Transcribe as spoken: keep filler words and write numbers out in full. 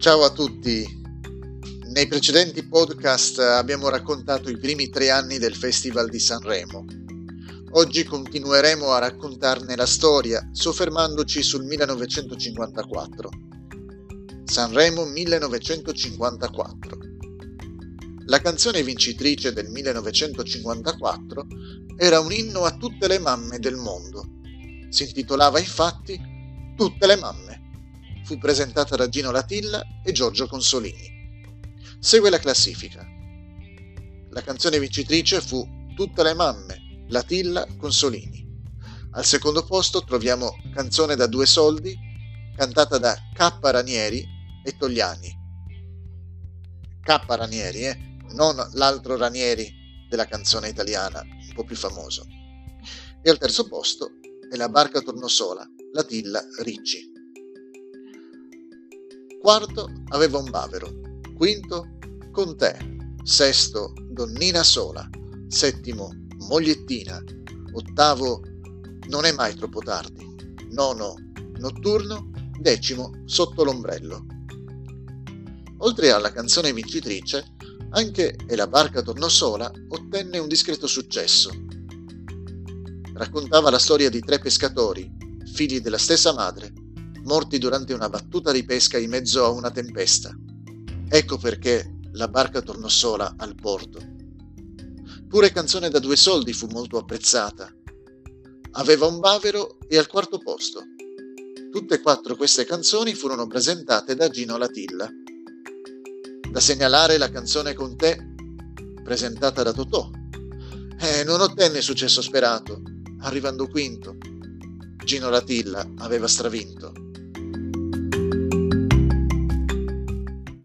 Ciao a tutti. Nei precedenti podcast abbiamo raccontato i primi tre anni del Festival di Sanremo. Oggi continueremo a raccontarne la storia, soffermandoci sul millenovecentocinquantaquattro. Sanremo millenovecentocinquantaquattro. La canzone vincitrice del millenovecentocinquantaquattro era un inno a tutte le mamme del mondo. Si intitolava infatti Tutte le mamme. Fu presentata da Gino Latilla e Giorgio Consolini. Segue la classifica. La canzone vincitrice fu Tutte le mamme, Latilla, Consolini. Al secondo posto troviamo Canzone da due soldi, cantata da K. Ranieri e Togliani. K. Ranieri, eh? non l'altro Ranieri della canzone italiana, un po' più famoso. E al terzo posto è La barca tornò sola, Latilla, Ricci. Quarto Aveva un bavero. Quinto Con te. Sesto Donnina sola. Settimo Mogliettina. Ottavo Non è mai troppo tardi. Nono Notturno. Decimo Sotto l'ombrello. Oltre alla canzone vincitrice, anche E la barca tornò sola ottenne un discreto successo. Raccontava la storia di tre pescatori, figli della stessa madre, morti durante una battuta di pesca in mezzo a una tempesta. Ecco perché La barca tornò sola al porto. Pure Canzone da due soldi fu molto apprezzata. Aveva un bavero e al quarto posto. Tutte e quattro queste canzoni furono presentate da Gino Latilla. Da segnalare la canzone Con te, presentata da Totò. Eh, non ottenne il successo sperato, arrivando quinto. Gino Latilla aveva stravinto.